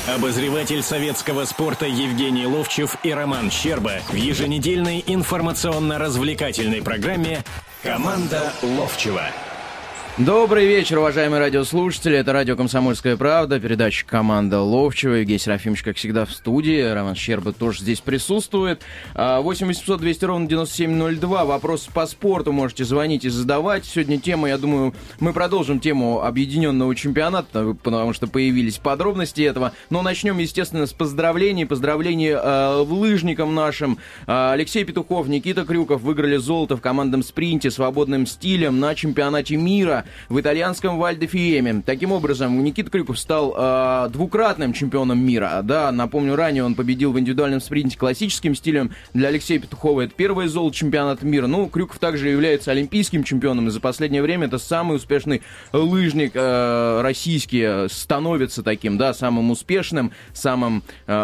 Обозреватель советского спорта Евгений Ловчев и Роман Щерба в еженедельной информационно-развлекательной программе «Команда Ловчева». Добрый вечер, уважаемые радиослушатели. Это радио «Комсомольская правда», передача «Команда Ловчева». Евгений Серафимович, как всегда, в студии. Роман Щерба тоже здесь присутствует. 8 800 200 ровно 9702. Вопросы по спорту можете звонить и задавать. Сегодня тема, я думаю, мы продолжим тему объединенного чемпионата, потому что появились подробности этого. Но начнем, естественно, с поздравлений. Поздравления лыжникам нашим. Алексей Петухов, Никита Крюков выиграли золото в командном спринте свободным стилем на чемпионате мира в итальянском Валь-де-Фиеме. Таким образом, Никита Крюков стал двукратным чемпионом мира. Да, напомню, ранее он победил в индивидуальном спринте классическим стилем. Для Алексея Петухова это первое золото чемпионата мира. Ну, Крюков также является олимпийским чемпионом, и за последнее время это самый успешный лыжник российский, становится таким, да, самым успешным, самым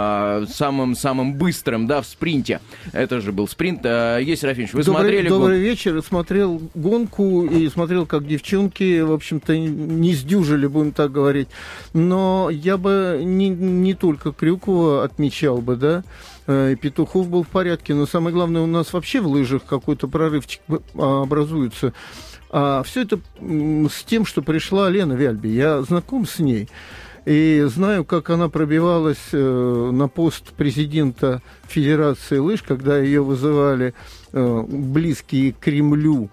быстрым, да, в спринте. Это же был спринт. Есть, Серафимович, вы смотрели... Добрый вечер. Смотрел гонку и смотрел, как девчонки, в общем-то, не сдюжили, будем так говорить. Но я бы не только Крюкова отмечал бы, да, Петухов был в порядке. Но самое главное, у нас вообще в лыжах какой-то прорывчик образуется. А все это с тем, что пришла Лена Вяльби. Я знаком с ней. И знаю, как она пробивалась на пост президента Федерации лыж, когда ее вызывали близкие к Кремлю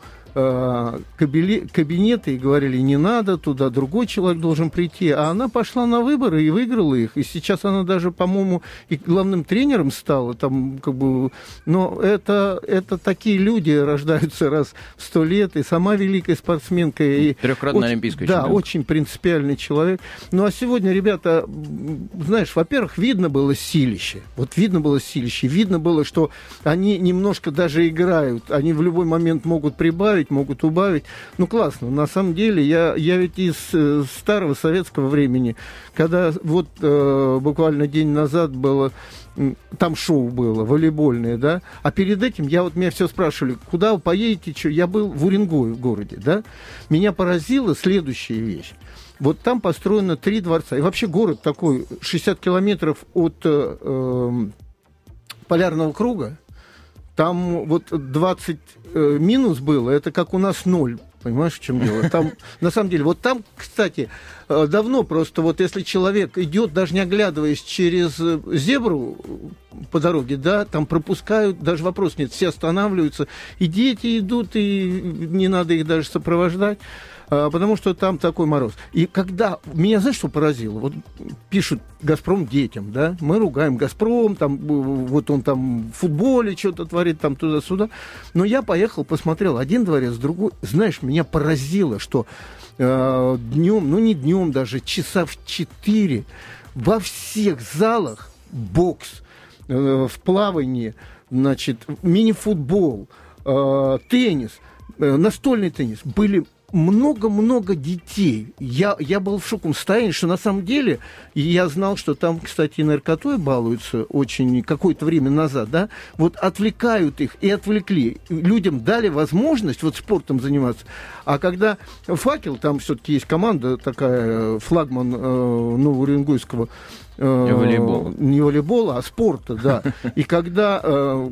кабинеты и говорили, не надо, туда другой человек должен прийти. А она пошла на выборы и выиграла их. И сейчас она даже, по-моему, и главным тренером стала. Там, как бы, но это такие люди рождаются раз в 100 лет. И сама великая спортсменка. И трехкратная олимпийская чемпионка. Да, очень принципиальный человек. Ну, а сегодня, ребята, знаешь, во-первых, видно было силище. Вот видно было силище. Видно было, что они немножко даже играют. Они в любой момент могут прибавить, могут убавить. Ну, классно. На самом деле, я ведь из старого советского времени, когда вот буквально день назад было, там шоу было, волейбольное, да, а перед этим меня все спрашивали, куда вы поедете, что? Я был в Уренгое в городе, да. Меня поразила следующая вещь. Вот там построено 3 дворца. И вообще город такой, 60 километров от полярного круга. Там вот 20 минус было, это как у нас 0. Понимаешь, в чем дело? Там, на самом деле, вот там, кстати, давно просто, вот если человек идет, даже не оглядываясь через зебру по дороге, да, там пропускают, даже вопрос нет, все останавливаются, и дети идут, и не надо их даже сопровождать. Потому что там такой мороз. И когда... Меня, знаешь, что поразило? Вот пишут «Газпром» детям, да? Мы ругаем «Газпром», там, вот он там в футболе что-то творит, там туда-сюда. Но я поехал, посмотрел один дворец, другой. Знаешь, меня поразило, что днем, ну не днем даже, часа в 4 во всех залах бокс, в плавании, значит, мини-футбол, теннис, настольный теннис были... Много-много детей. Я был в шоковом состоянии, что на самом деле, я знал, что там, кстати, и наркотой балуются очень какое-то время назад, да, вот отвлекают их и отвлекли. Людям дали возможность вот спортом заниматься. А когда «Факел», там все-таки есть команда такая, флагман Новоуренгойского, не волейбола, а спорта, да. И когда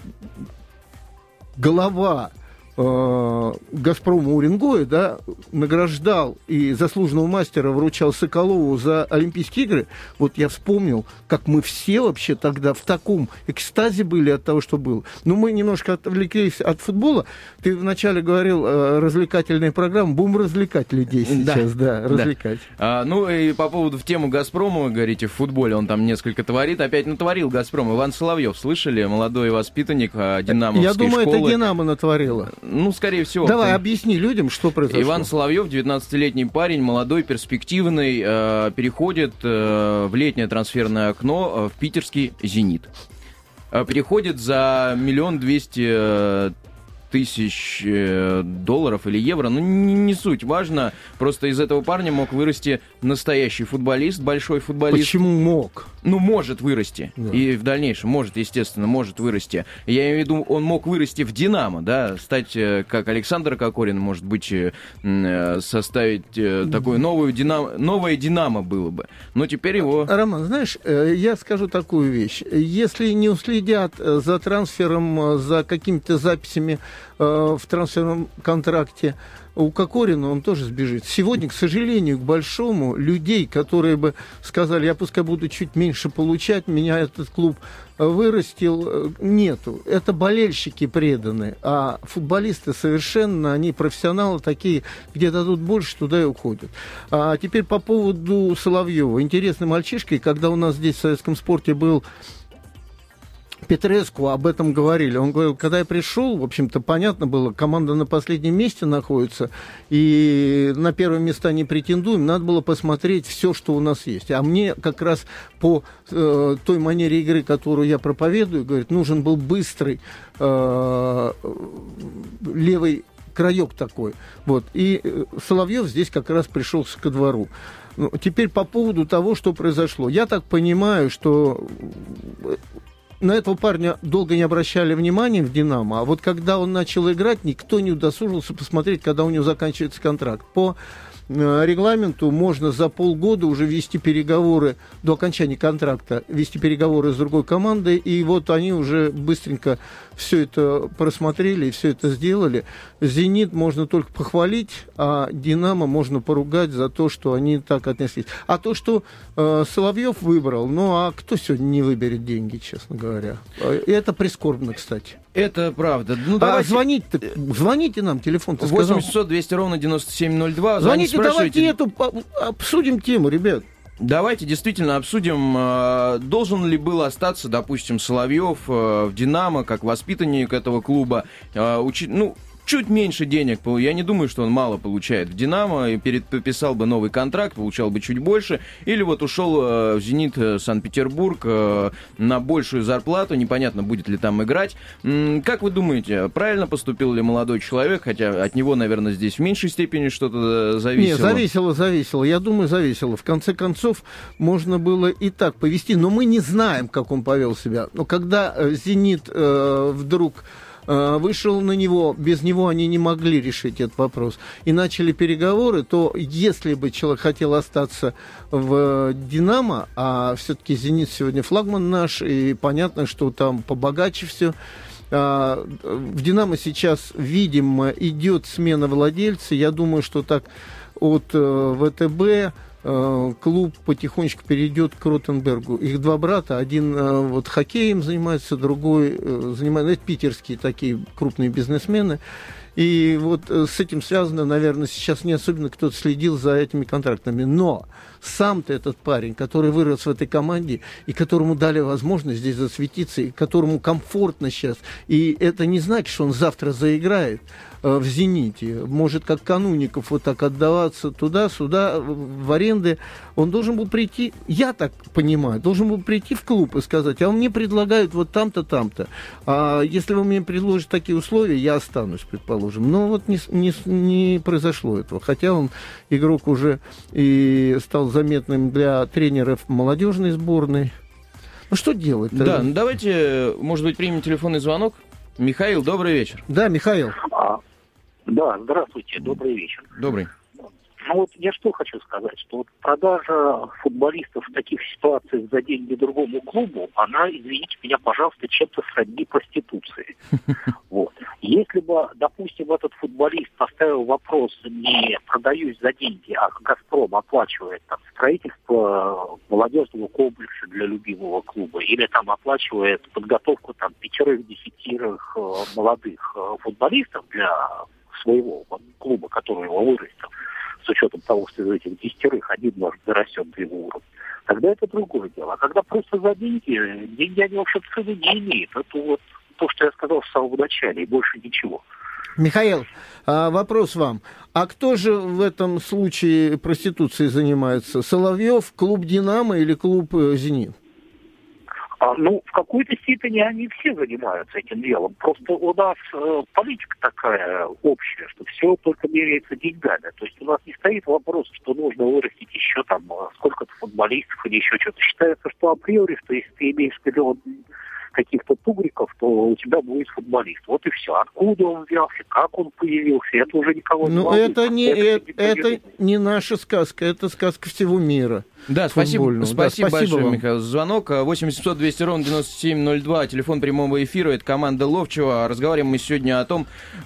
глава «Газпрома» Уренгоя, да, награждал и заслуженного мастера вручал Соколову за Олимпийские игры, вот я вспомнил, как мы все вообще тогда в таком экстазе были от того, что было. Но мы немножко отвлеклись от футбола. Ты вначале говорил, развлекательная программа, будем развлекать людей сейчас, да, развлекать. Да. Ну и по поводу в тему «Газпрома», вы говорите, в футболе он там несколько творит, опять натворил «Газпром». Иван Соловьев, слышали? Молодой воспитанник динамовской школы. Я думаю, это «Динамо» натворило. Ну, скорее всего. Давай, объясни людям, что произошло. Иван Соловьев, 19-летний парень, молодой, перспективный, переходит в летнее трансферное окно в питерский «Зенит». Переходит за 1 200 тысяч долларов или евро, ну, не суть важно, просто из этого парня мог вырасти настоящий футболист, большой футболист. Почему мог? Ну, может вырасти, да. И в дальнейшем может, естественно, может вырасти. Я имею в виду, он мог вырасти в «Динамо», да, стать, как Александр Кокорин, может быть, составить такое новое «Динамо» было бы, но теперь его... Роман, знаешь, я скажу такую вещь. Если не уследят за трансфером, за какими-то записями в трансферном контракте у Кокорина, он тоже сбежит. Сегодня, к сожалению, к большому, людей, которые бы сказали, я пускай буду чуть меньше получать, меня этот клуб вырастил, нету. Это болельщики преданные, а футболисты совершенно, они профессионалы такие, где дадут больше, туда и уходят. А теперь по поводу Соловьева. Интересный мальчишка, и когда у нас здесь в советском спорте был Петреску, об этом говорили. Он говорил, когда я пришел, в общем-то, понятно было, команда на последнем месте находится, и на первые места не претендуем, надо было посмотреть все, что у нас есть. А мне как раз по той манере игры, которую я проповедую, говорит, нужен был быстрый левый краек такой. Вот. И Соловьев здесь как раз пришелся ко двору. Ну, теперь по поводу того, что произошло. Я так понимаю, что на этого парня долго не обращали внимания в «Динамо», а вот когда он начал играть, никто не удосужился посмотреть, когда у него заканчивается контракт. По регламенту можно за полгода уже вести переговоры, до окончания контракта, вести переговоры с другой командой, и вот они уже быстренько все это просмотрели и все это сделали. «Зенит» можно только похвалить, а «Динамо» можно поругать за то, что они так отнеслись. А то, что Соловьев выбрал, ну а кто сегодня не выберет деньги, честно говоря? И это прискорбно, кстати. Это правда. Ну, звоните нам, телефон, ты 800-200-97-02. Звоните, давайте обсудим тему, ребят. Давайте действительно обсудим, должен ли был остаться, допустим, Соловьев в «Динамо», как воспитанник этого клуба, чуть меньше денег. Я не думаю, что он мало получает в «Динамо», и подписал бы новый контракт, получал бы чуть больше, или вот ушел в «Зенит» Санкт-Петербург на большую зарплату, непонятно, будет ли там играть. Как вы думаете, правильно поступил ли молодой человек, хотя от него, наверное, здесь в меньшей степени что-то зависело? Нет, зависело. Я думаю, зависело. В конце концов, можно было и так повести, но мы не знаем, как он повел себя. Но когда «Зенит» вдруг вышел на него, без него они не могли решить этот вопрос, и начали переговоры, то если бы человек хотел остаться в «Динамо», а все-таки «Зенит» сегодня флагман наш, и понятно, что там побогаче все, в «Динамо» сейчас, видимо, идет смена владельца, я думаю, что так от ВТБ клуб потихонечку перейдет к Ротенбергу. Их два брата, один вот хоккеем занимается, другой занимается, это питерские такие крупные бизнесмены. И вот с этим связано, наверное, сейчас не особенно кто-то следил за этими контрактами. Но сам-то этот парень, который вырос в этой команде, и которому дали возможность здесь засветиться, и которому комфортно сейчас, и это не значит, что он завтра заиграет в «Зените». Может, как Кануников, вот так отдаваться туда-сюда, в аренды. Он должен был прийти, я так понимаю, должен был прийти в клуб и сказать, а мне предлагают вот там-то, там-то. А если вы мне предложите такие условия, я останусь, предположим. Но вот не произошло этого. Хотя он игрок уже и стал заметным для тренеров молодежной сборной. Ну что делать-то? Да, ну давайте, может быть, примем телефонный звонок. Михаил, добрый вечер. Да, Михаил. Да, здравствуйте, добрый вечер. Добрый. Ну вот я что хочу сказать, что вот продажа футболистов в таких ситуациях за деньги другому клубу, она, извините меня, пожалуйста, чем-то сродни проституции. Вот. Если бы, допустим, этот футболист поставил вопрос, не продаюсь за деньги, а «Газпром» оплачивает там строительство молодежного комплекса для любимого клуба, или там оплачивает подготовку там 5-10 молодых футболистов для своего клуба, который его вырастил, с учетом того, что из этих 10 один, может, дорастет до его уровня, тогда это другое дело. А когда просто за деньги они вообще цены не имеют. Это вот то, что я сказал в самом начале, и больше ничего. Михаил, вопрос вам. А кто же в этом случае проституцией занимается? Соловьев, клуб «Динамо» или клуб «Зенит»? В какой-то степени они все занимаются этим делом. Просто у нас политика такая общая, что все только меряется деньгами. То есть у нас не стоит вопрос, что нужно вырастить еще там сколько-то футболистов или еще что-то. Считается, что априори, что если ты имеешь миллион каких-то тугриков, то у тебя будет футболист. Вот и все. Откуда он взялся, как он появился, это уже никого не волнует. Это не наша сказка, это сказка всего мира. Да, спасибо большое, вам, Михаил, за звонок. 8-700-200-97-02, телефон прямого эфира, это команда Ловчева. Разговариваем мы сегодня о том,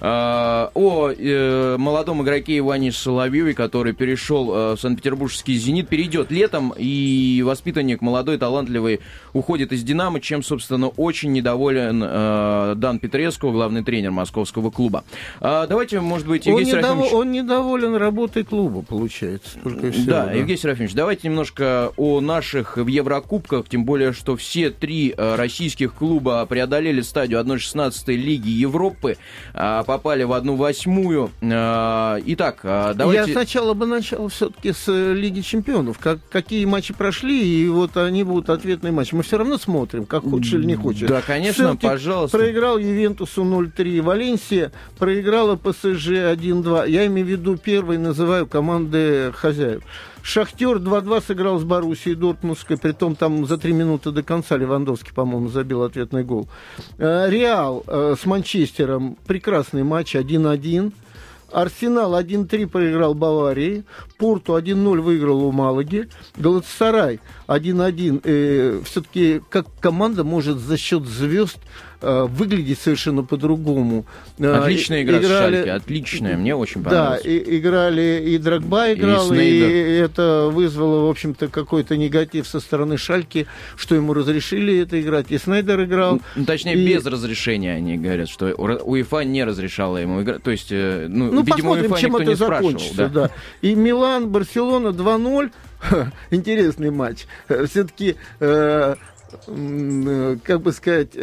о молодом игроке Иване Соловьеве, который перешел в Санкт-Петербургский «Зенит», перейдет летом, и воспитанник молодой, талантливый, уходит из «Динамо», чем, собственно, очень недоволен Дан Петреску, главный тренер московского клуба. Давайте, может быть, Евгений Серафимович... Он недоволен работой клуба, получается. Евгений Серафимович, давайте немножко о наших в Еврокубках, тем более, что все три российских клуба преодолели стадию 1/16 Лиги Европы, попали в 1/8. Итак, давайте... Я сначала бы начал все-таки с Лиги Чемпионов. Какие матчи прошли, и вот они будут ответные матчи. Мы все равно смотрим, как хочешь или не хочешь. Да, конечно, Селтик пожалуйста. проиграл Ювентусу 0-3, Валенсия проиграла ПСЖ 1-2. Я имею в виду первый, называю команды хозяев. Шахтер 2-2 сыграл с Боруссией Дортмундской, притом там за 3 минуты до конца Левандовский, по-моему, забил ответный гол. Реал с Манчестером, прекрасный матч, 1-1. Арсенал 1-3 проиграл Баварии. Порту 1-0 выиграл у Малаги. Галатасарай 1-1. Все-таки как команда может за счет звезд выглядеть совершенно по-другому. Отличная игра с Шальке, отличная, мне очень понравилось. Да, играли, и Дрогба играл, и это вызвало, в общем-то, какой-то негатив со стороны Шальки, что ему разрешили это играть, и Снейдер играл. Точнее, без разрешения они говорят, что УЕФА не разрешала ему играть, то есть, видимо, посмотрим, УЕФА чем никто это не закончится. спрашивал. Да. И Милан, Барселона 2-0. Интересный матч. Все-таки, как бы сказать,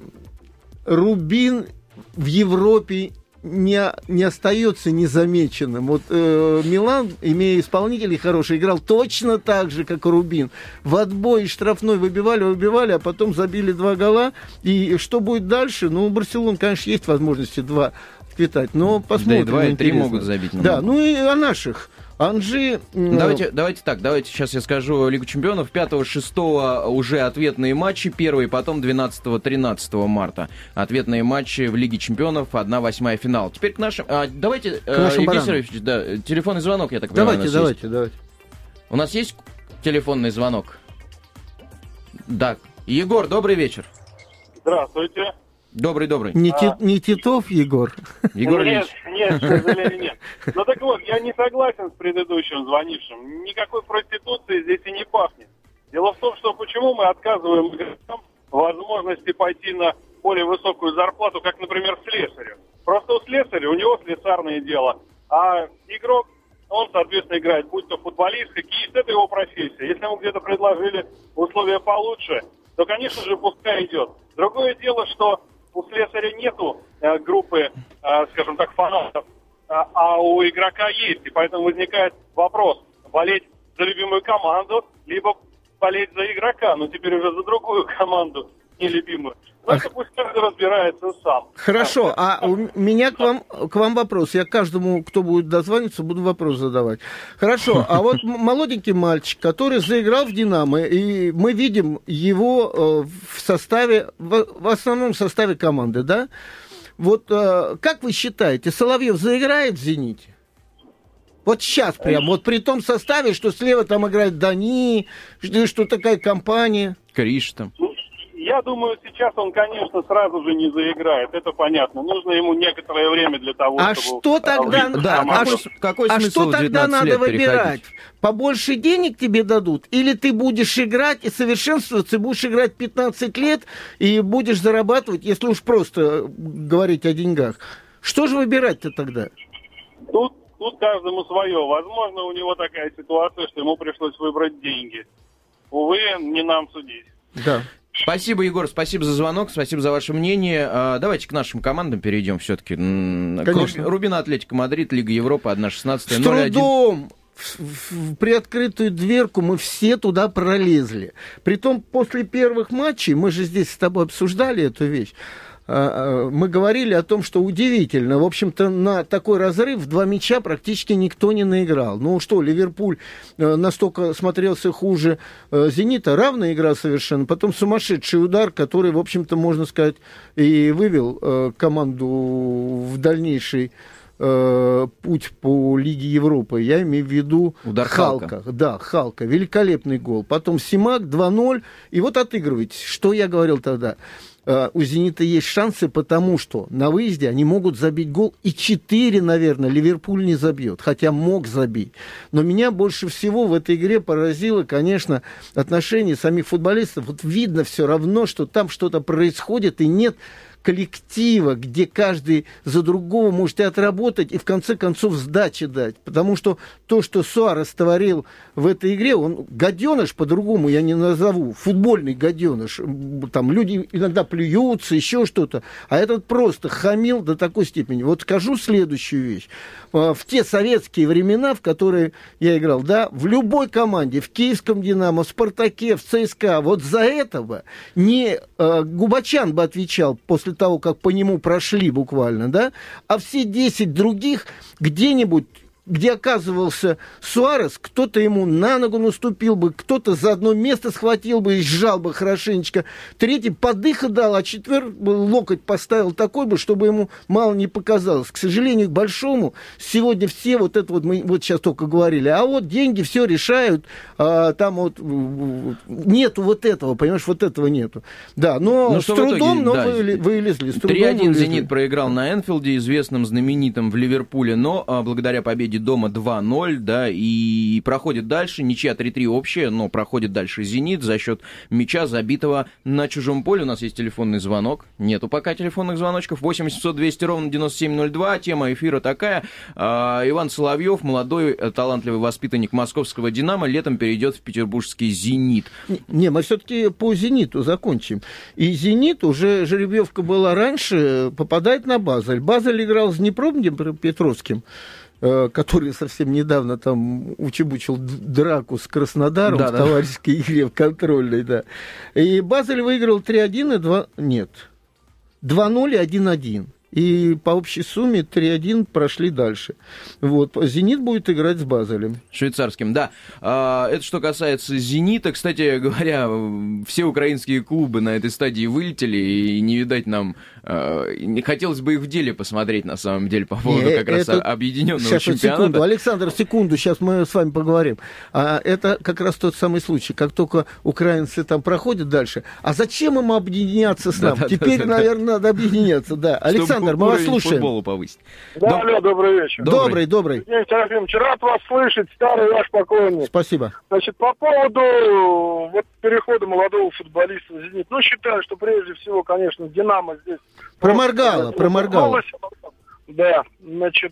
Рубин в Европе не остается незамеченным. Вот Милан, имея исполнителей хороших, играл точно так же, как и Рубин. В отбой штрафной выбивали, а потом забили 2 гола. И что будет дальше? У Барселоны, конечно, есть возможности 2 квитать, но посмотрим. Да, и 2, и 3 могут забить. Да, и о наших. Анжи... Давайте сейчас я скажу Лигу Чемпионов. 5-6 уже ответные матчи. Первый, потом 12-13 марта. Ответные матчи в Лиге Чемпионов, 1/8 финал. Теперь к нашим... Давайте, Евгений Сергеевич, телефонный звонок, я так понимаю, Давайте. У нас есть телефонный звонок? Да. Егор, добрый вечер. Здравствуйте. Добрый. Не Титов, Егор? Егор Нет, к сожалению, нет. Ну так вот, я не согласен с предыдущим звонившим. Никакой проституции здесь и не пахнет. Дело в том, что почему мы отказываем игрокам возможности пойти на более высокую зарплату, как, например, слесарю. Просто у слесаря, у него слесарное дело. А игрок, он, соответственно, играет, будь то футболист, хоккеист, это его профессия. Если ему где-то предложили условия получше, то, конечно же, пускай идет. Другое дело, что у слесаря нету группы, скажем так, фанатов, а у игрока есть. И поэтому возникает вопрос, болеть за любимую команду, либо болеть за игрока, но теперь уже за другую команду нелюбимую. Но это пусть каждый разбирается сам. Хорошо, а у меня к вам вопрос. Я каждому, кто будет дозваниваться, буду вопрос задавать. Хорошо, а вот молоденький мальчик, который заиграл в «Динамо», и мы видим его в составе, в основном составе команды, да? Вот как вы считаете, Соловьев заиграет в «Зените»? Вот сейчас прям, вот при том составе, что слева там играет Дани, что такая компания. Криш там. Я думаю, сейчас он, конечно, сразу же не заиграет, это понятно. Нужно ему некоторое время для того, чтобы... Что тогда, какой смысл что тогда надо выбирать? Побольше денег тебе дадут? Или ты будешь играть и совершенствоваться, и будешь играть 15 лет, и будешь зарабатывать, если уж просто говорить о деньгах? Что же выбирать-то тогда? Тут каждому свое. Возможно, у него такая ситуация, что ему пришлось выбрать деньги. Увы, не нам судить. Да. Спасибо, Егор, спасибо за звонок, спасибо за ваше мнение. Давайте к нашим командам перейдем все-таки. Конечно. Рубин, Атлетико Мадрид, Лига Европы, 1/16, 0-1. в приоткрытую дверку мы все туда пролезли. Притом после первых матчей, мы же здесь с тобой обсуждали эту вещь, мы говорили о том, что удивительно. В общем-то, на такой разрыв 2 мяча практически никто не наиграл. Ну что, Ливерпуль настолько смотрелся хуже «Зенита». Равная игра совершенно. Потом сумасшедший удар, который, в общем-то, можно сказать, и вывел команду в дальнейший путь по Лиге Европы. Я имею в виду удар Халка. Да, Халка. Великолепный гол. Потом Симак 2-0. И вот отыгрывайте. Что я говорил тогда? У «Зенита» есть шансы, потому что на выезде они могут забить гол, и 4, наверное, Ливерпуль не забьет, хотя мог забить. Но меня больше всего в этой игре поразило, конечно, отношение самих футболистов. Вот видно все равно, что там что-то происходит, и нет коллектива, где каждый за другого может и отработать, и в конце концов сдачи дать. Потому что то, что Суарес творил в этой игре, он гаденыш, по-другому я не назову, футбольный гаденыш. Там люди иногда плюются, еще что-то. А этот просто хамил до такой степени. Вот скажу следующую вещь. В те советские времена, в которые я играл, да, в любой команде, в Киевском «Динамо», в «Спартаке», в ЦСКА, вот за этого не Губачан бы отвечал после того, как по нему прошли буквально, да, а все 10 других где-нибудь, где оказывался Суарес, кто-то ему на ногу наступил бы, кто-то за одно место схватил бы и сжал бы хорошенечко, третий подыха дал, а четвертый локоть поставил такой бы, чтобы ему мало не показалось. К сожалению, к большому, сегодня все вот это вот, мы вот сейчас только говорили, а вот деньги все решают, там вот нету вот этого, понимаешь, вот этого нету. Да, но с трудом, но вылезли. 3-1 «Зенит» проиграл на Энфилде, известном, знаменитом в Ливерпуле, но благодаря победе дома 2-0, да, и проходит дальше, ничья 3-3 общая, но проходит дальше «Зенит» за счет мяча, забитого на чужом поле. У нас есть телефонный звонок, нету пока телефонных звоночков, 8-800-200-97-02, тема эфира такая, Иван Соловьев, молодой, талантливый воспитанник московского «Динамо», летом перейдет в петербургский «Зенит». Не, мы все-таки по «Зениту» закончим. И «Зенит» уже жеребьевка была раньше, попадает на Базель. Базель играл с Днепропетровским, который совсем недавно там учебучил драку с Краснодаром в товарищеской игре, в контрольной, да. И Базель выиграл 3-1 и 2... Нет, 2-0 и 1-1. И по общей сумме 3-1 прошли дальше. Вот. «Зенит» будет играть с Базелем. Швейцарским, да. Это что касается «Зенита». Кстати говоря, все украинские клубы на этой стадии вылетели, и не видать нам... Не хотелось бы их в деле посмотреть, на самом деле, по поводу как раз объединенного сейчас, чемпионата. Секунду, Александр, секунду, сейчас мы с вами поговорим. Это как раз тот самый случай, как только украинцы там проходят дальше. А зачем им объединяться с нами? Теперь, наверное, надо объединяться, да. Александр, мы вас слушаем. Футболу повысить. Да, алло, добрый вечер. Добрый. Евгений Серафимович, рад вас слышать, старый ваш поклонник. Спасибо. Значит, по поводу вот перехода молодого футболиста в «Зенит», считаю, что прежде всего, конечно, «Динамо» здесь... Проморгало. Да, значит,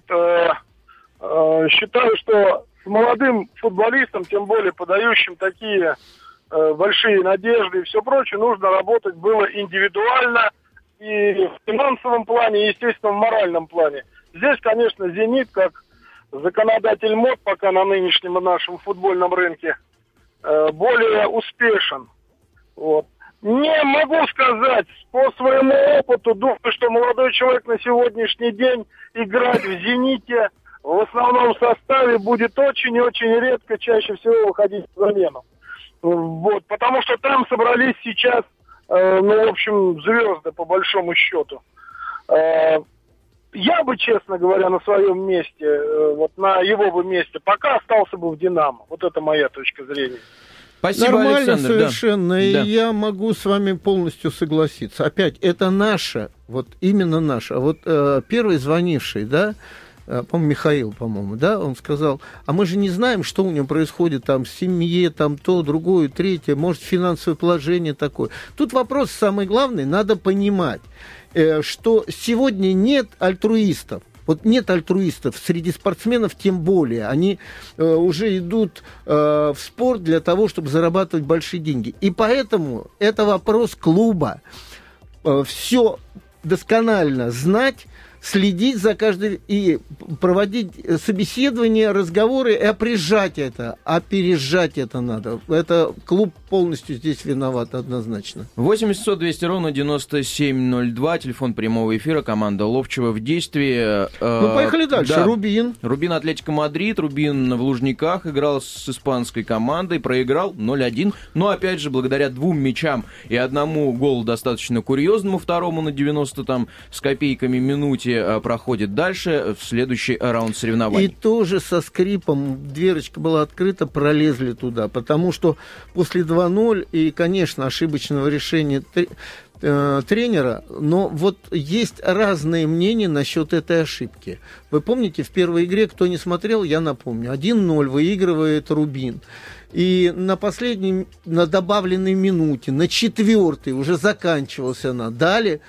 считаю, что с молодым футболистом, тем более подающим такие большие надежды и все прочее, нужно работать было индивидуально и в финансовом плане, и, естественно, в моральном плане. Здесь, конечно, «Зенит», как законодатель МОД пока на нынешнем нашем футбольном рынке, более успешен. Вот. Не могу сказать, по своему опыту, думаю, что молодой человек на сегодняшний день играть в «Зените» в основном составе будет очень-очень редко, чаще всего выходить в замену. Вот, потому что там собрались сейчас, в общем, звезды, по большому счету. Я бы, честно говоря, на своем месте, вот на его бы месте, пока остался бы в «Динамо». Вот это моя точка зрения. Спасибо, нормально, Александр, совершенно, да. И Да. я могу с вами полностью согласиться. Опять, это наше, вот именно наше. А вот первый звонивший, да, по-моему, Михаил, по-моему, да, он сказал, а мы же не знаем, что у него происходит там в семье, там то, другое, третье, может, финансовое положение такое. Тут вопрос самый главный, надо понимать, что сегодня нет альтруистов. Вот нет альтруистов, среди спортсменов тем более. Они уже идут в спорт для того, чтобы зарабатывать большие деньги. И поэтому это вопрос клуба. Все досконально знать, следить за каждой и проводить собеседования, разговоры и опережать это надо. Это клуб полностью здесь виноват однозначно. 800-200-97-02, телефон прямого эфира, команда Ловчева в действии. Ну, поехали дальше. Да. Рубин, Атлетико Мадрид, Рубин в Лужниках играл с испанской командой, проиграл 0-1, но опять же благодаря 2 мячам и 1 голу достаточно курьезному, второму на 90 там с копейками минуте проходит дальше в следующий раунд соревнований. И тоже со скрипом, дверочка была открыта, пролезли туда, потому что после 2-0 и, конечно, ошибочного решения тренера, но вот есть разные мнения насчет этой ошибки. Вы помните, в первой игре, кто не смотрел, я напомню, 1-0 выигрывает Рубин. И на добавленной минуте, на 4-й, уже заканчивалась она, дали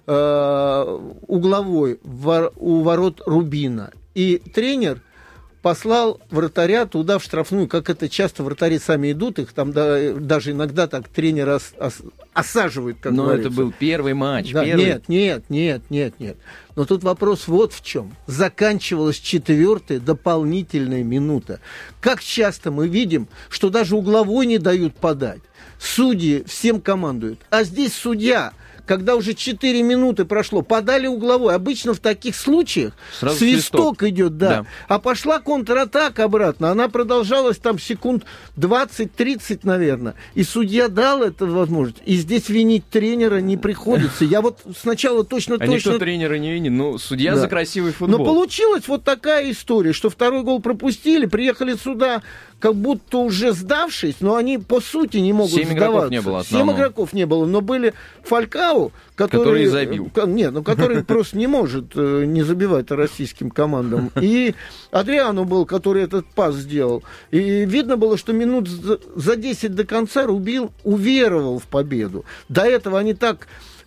угловой у ворот Рубина. И тренер послал вратаря туда, в штрафную, как это часто вратари сами идут, их там даже иногда так тренера осаживают, как говорится. Но это был первый матч. Да, первый... Нет. Но тут вопрос вот в чем. Заканчивалась 4-я дополнительная минута. Как часто мы видим, что даже угловой не дают подать. Судьи всем командуют. А здесь судья... Когда уже 4 минуты прошло, подали угловой. Обычно в таких случаях сразу свисток идет, да. А пошла контратака обратно. Она продолжалась там секунд 20-30, наверное. И судья дал эту возможность. И здесь винить тренера не приходится. Я вот сначала точно... никто тренера не винит. Ну, судья за красивый футбол. Но получилась вот такая история, что второй гол пропустили, приехали сюда, как будто уже сдавшись, но они по сути не могут 7 сдаваться. игроков не было основного. 7 игроков не было, но были Фалькао, который забил. Который просто не может не забивать российским командам. И Адриану был, который этот пас сделал. И видно было, что минут за 10 до конца Рубин уверовал в победу. До этого они так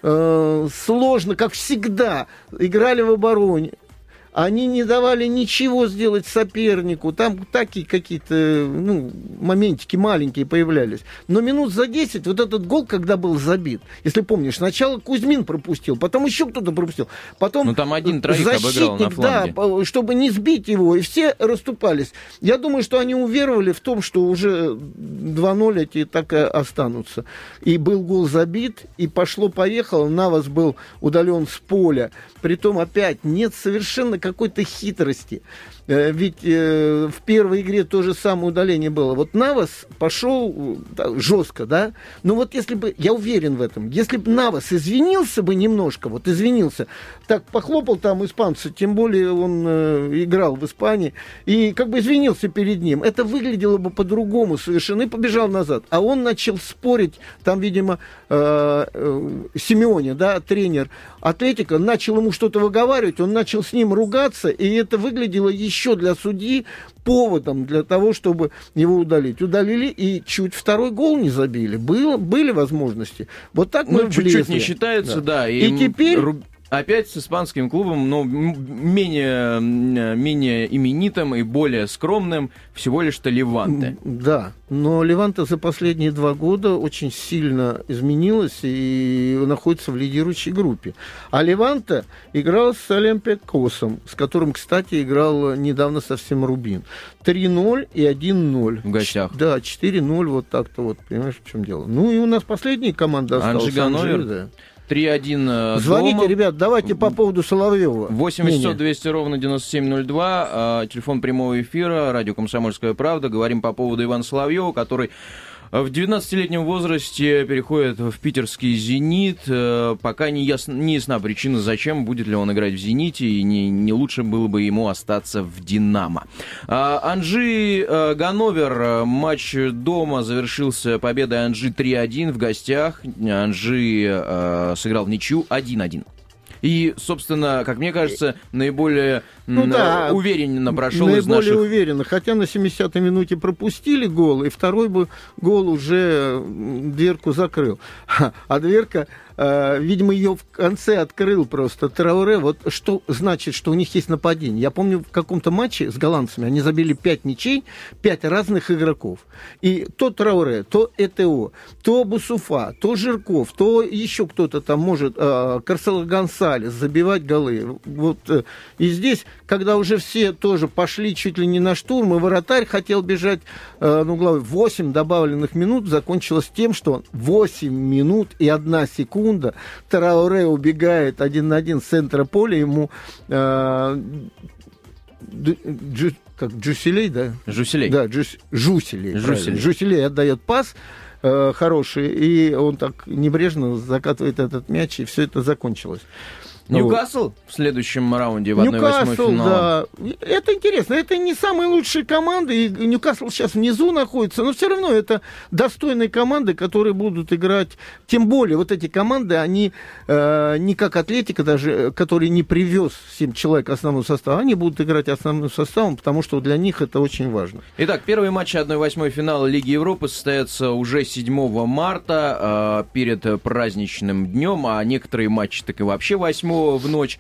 сложно, как всегда, играли в обороне. Они не давали ничего сделать сопернику. Там такие какие-то моментики маленькие появлялись. Но минут за 10 вот этот гол, когда был забит, если помнишь, сначала Кузьмин пропустил, потом еще кто-то пропустил. Потом там 1-3 обыграл на фланге. Да, чтобы не сбить его, и все расступались. Я думаю, что они уверовали в том, что уже 2-0 эти так и останутся. И был гол забит, и пошло-поехало. Навас был удален с поля. Притом опять нет совершенно какой-то хитрости. Ведь в первой игре то же самое удаление было. Вот Навас пошел жестко, да? Но вот если бы, я уверен в этом, если бы Навас извинился бы немножко, вот извинился, так похлопал там испанца, тем более он играл в Испании, и как бы извинился перед ним, это выглядело бы по-другому совершенно, и побежал назад. А он начал спорить, там, видимо, Симеоне, да, тренер Атлетико, начал ему что-то выговаривать, он начал с ним ругаться, и это выглядело еще для судьи поводом для того, чтобы его удалить. Удалили и чуть второй гол не забили. Были возможности. Вот так мы влезли. Чуть-чуть не считается, да. И теперь... Опять с испанским клубом, но менее именитым и более скромным, всего лишь-то Леванте. Да, но Леванте за последние 2 года очень сильно изменилась и находится в лидирующей группе. А Леванте играл с Олимпиакосом, с которым, кстати, играл недавно совсем Рубин. 3-0 и 1-0. В гостях. Да, 4-0, вот так-то вот, понимаешь, в чем дело. Ну и у нас последняя команда осталась. Анжи, да. 3-1 Звоните, дома. Ребят, давайте по поводу Соловьева. 800-200-97-02, телефон прямого эфира, радио «Комсомольская правда». Говорим по поводу Ивана Соловьева, который в 19-летнем возрасте переходит в питерский «Зенит». Пока не ясна причина, зачем, будет ли он играть в «Зените», и не лучше было бы ему остаться в «Динамо». Анжи Ганновер. Матч дома завершился победой Анжи 3-1 в гостях. Анжи сыграл в ничью 1-1. И, собственно, как мне кажется, наиболее уверенно прошел из наших... Наиболее уверенно, хотя на 70-й минуте пропустили гол, и второй бы гол уже дверку закрыл. А дверка, видимо, ее в конце открыл просто Трауре. Вот что значит, что у них есть нападение. Я помню, в каком-то матче с голландцами они забили 5 мячей, 5 разных игроков. И то Трауре, то ЭТО, то Бусуфа, то Жирков, то еще кто-то там может, Карсело Гонсалес, забивать голы. Вот, и здесь, когда уже все тоже пошли чуть ли не на штурм, и вратарь хотел бежать, главное, 8 добавленных минут закончилось тем, что 8 минут и 1 секунда Трауре убегает 1 на 1 с центра поля, ему Джуселей, да? Жуселей. Да, Жуселей отдает пас хороший, и он так небрежно закатывает этот мяч, и все это закончилось. Ньюкасл в следующем раунде в 1/8 финала. Да. Это интересно. Это не самые лучшие команды. И Ньюкасл сейчас внизу находится. Но все равно это достойные команды, которые будут играть. Тем более вот эти команды, они не как Атлетико даже, который не привез 7 человек основного состава, они будут играть основным составом, потому что для них это очень важно. Итак, первые матчи 1/8 финала Лиги Европы состоятся уже 7 марта перед праздничным днем, а некоторые матчи так и вообще 8 в ночь.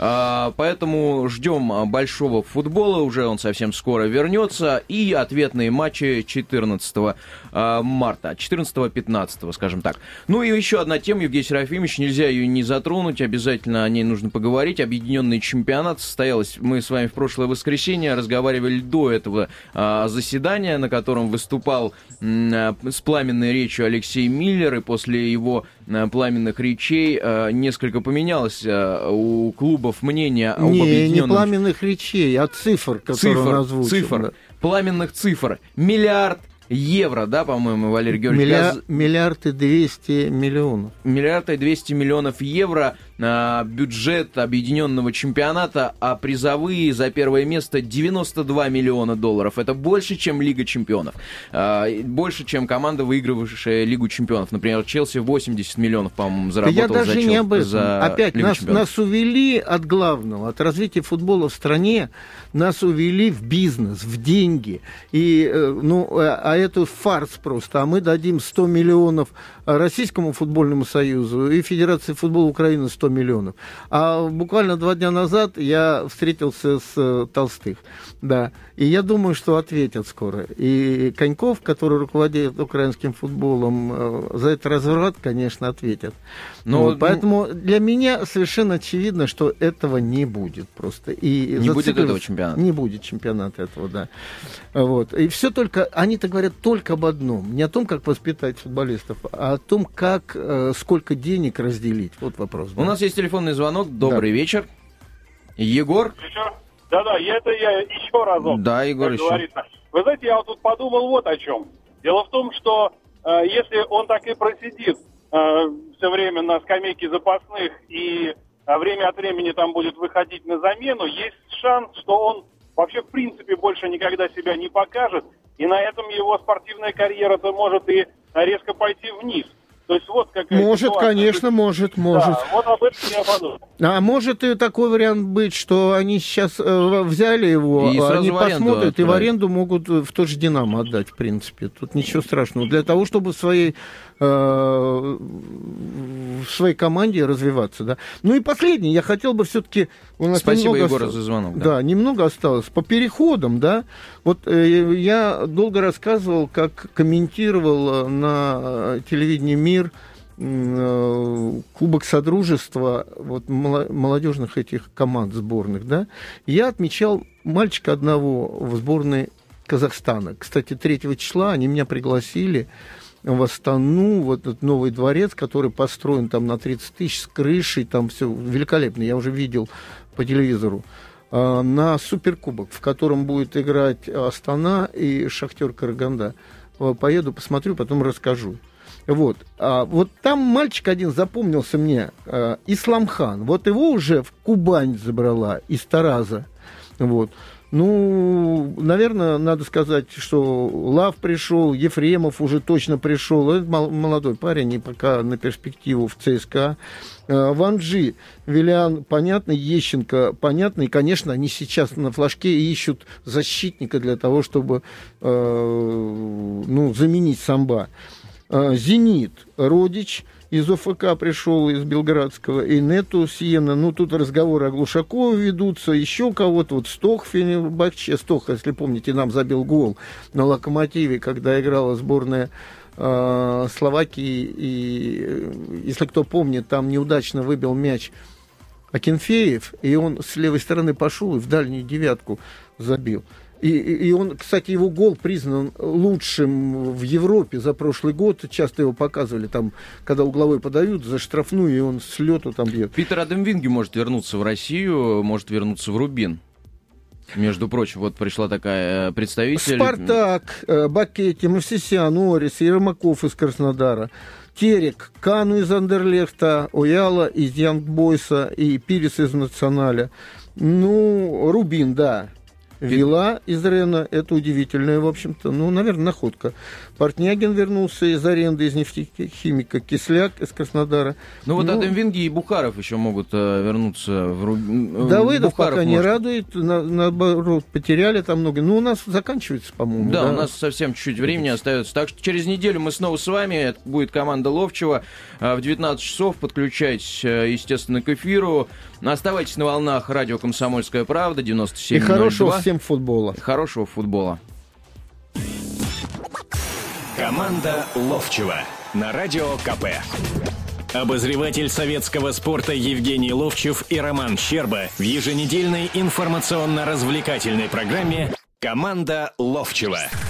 Поэтому ждем большого футбола. Уже он совсем скоро вернется. И ответные матчи 14 марта. 14-15, скажем так. Ну и еще одна тема, Евгений Серафимович, нельзя ее не затронуть. Обязательно о ней нужно поговорить. Объединенный чемпионат состоялось. Мы с вами в прошлое воскресенье разговаривали до этого заседания, на котором выступал с пламенной речью Алексей Миллер. И после его пламенных речей несколько поменялось у клубов мнение об объединенном... Не пламенных речей, а цифр, которые он озвучил. Цифр, пламенных цифр. 1 миллиард евро, да, по-моему, Валерий Георгиевич? 1 200 миллионов. 1 200 миллионов евро бюджет объединенного чемпионата, а призовые за первое место 92 миллиона долларов. Это больше, чем Лига чемпионов. Больше, чем команда, выигрывавшая Лигу чемпионов. Например, Челси 80 миллионов, по-моему, заработал я даже не об этом. за Опять Лигу чемпионов. Нас увели от главного, от развития футбола в стране, нас увели в бизнес, в деньги. И, это фарс просто. А мы дадим 100 миллионов Российскому футбольному союзу и Федерации футбола Украины 100 миллионов. А буквально 2 дня назад я встретился с Толстых. Да. И я думаю, что ответят скоро. И Коньков, который руководит украинским футболом, за этот разврат, конечно, ответят. Поэтому для меня совершенно очевидно, что этого не будет просто. И не будет этого чемпионата. Не будет чемпионата этого, да. Вот. И все только, они-то говорят только об одном. Не о том, как воспитать футболистов, а о том, как, сколько денег разделить. Вот вопрос. У нас есть телефонный звонок. Добрый вечер. Егор? Да-да, это я еще разок. Да, Егор, еще. Говорится. Вы знаете, я вот тут подумал вот о чем. Дело в том, что если он так и просидит все время на скамейке запасных и время от времени там будет выходить на замену, есть шанс, что он вообще в принципе больше никогда себя не покажет, и на этом его спортивная карьера-то может и резко пойти вниз. То есть вот какая может, ситуация. Конечно, может. Да, вот об этом я подумал. А может и такой вариант быть, что они сейчас взяли его, и они посмотрят, отправить. И в аренду могут в тот же «Динамо» отдать, в принципе. Тут ничего страшного. Для того, чтобы в своей команде развиваться. Да. Ну и последний, я хотел бы все-таки... Спасибо, Егор, за звонок. Да, немного осталось. По переходам, да. Вот я долго рассказывал, как комментировал на телевидении «Мир» Кубок Содружества вот, молодежных этих команд сборных, да, я отмечал мальчика одного в сборной Казахстана. Кстати, 3 числа они меня пригласили в Астану, вот этот новый дворец, который построен там на 30 тысяч, с крышей, там все великолепно, я уже видел по телевизору, на суперкубок, в котором будет играть Астана и Шахтер Караганда. Поеду, посмотрю, потом расскажу. Вот. Вот там мальчик один запомнился мне, Исламхан. Вот его уже в Кубань забрала из Тараза. Вот. Ну, наверное, надо сказать, что Лав пришел, Ефремов уже точно пришел. Это молодой парень, и пока на перспективу в ЦСКА. Ванжи, Виллиан, понятно, Ещенко, понятно. И, конечно, они сейчас на флажке ищут защитника для того, чтобы заменить Самба. «Зенит», Родич из ОФК пришел, из Белградского, и Нету Сиена. Ну, тут разговоры о Глушакове ведутся, еще кого-то. Вот Стох, Фенербахче. Стох, если помните, нам забил гол на «Локомотиве», когда играла сборная Словакии. И, если кто помнит, там неудачно выбил мяч Акинфеев, и он с левой стороны пошел и в дальнюю девятку забил. И он, кстати, его гол признан лучшим в Европе за прошлый год. Часто его показывали, там, когда угловой подают за штрафную, и он с лету там бьет. Питер Адемвинги может вернуться в Россию, может вернуться в Рубин. Между прочим, вот пришла такая представитель. Спартак, Бакетти, Мовсисян, Орис, Ермаков из Краснодара, Терек, Кану из Андерлехта, Ояла из Янгбойса и Пирис из Националя. Ну, Рубин, да. Вила из Рена, это удивительная, в общем-то, наверное, находка. Портнягин вернулся из аренды, из нефтехимика, Кисляк из Краснодара. Адемвинги и Бухаров еще могут вернуться в Рубин. Давыдов пока не радует, наоборот, потеряли там много. У нас заканчивается, по-моему. Да, у нас совсем чуть-чуть времени остается. Так что через неделю мы снова с вами. Это будет команда Ловчева. В 19 часов подключайтесь, естественно, к эфиру. Оставайтесь на волнах радио «Комсомольская правда», 97.02. И хорошего всем футбола. Хорошего футбола. Команда Ловчева на радио КП. Обозреватель советского спорта Евгений Ловчев и Роман Щерба в еженедельной информационно-развлекательной программе «Команда Ловчева».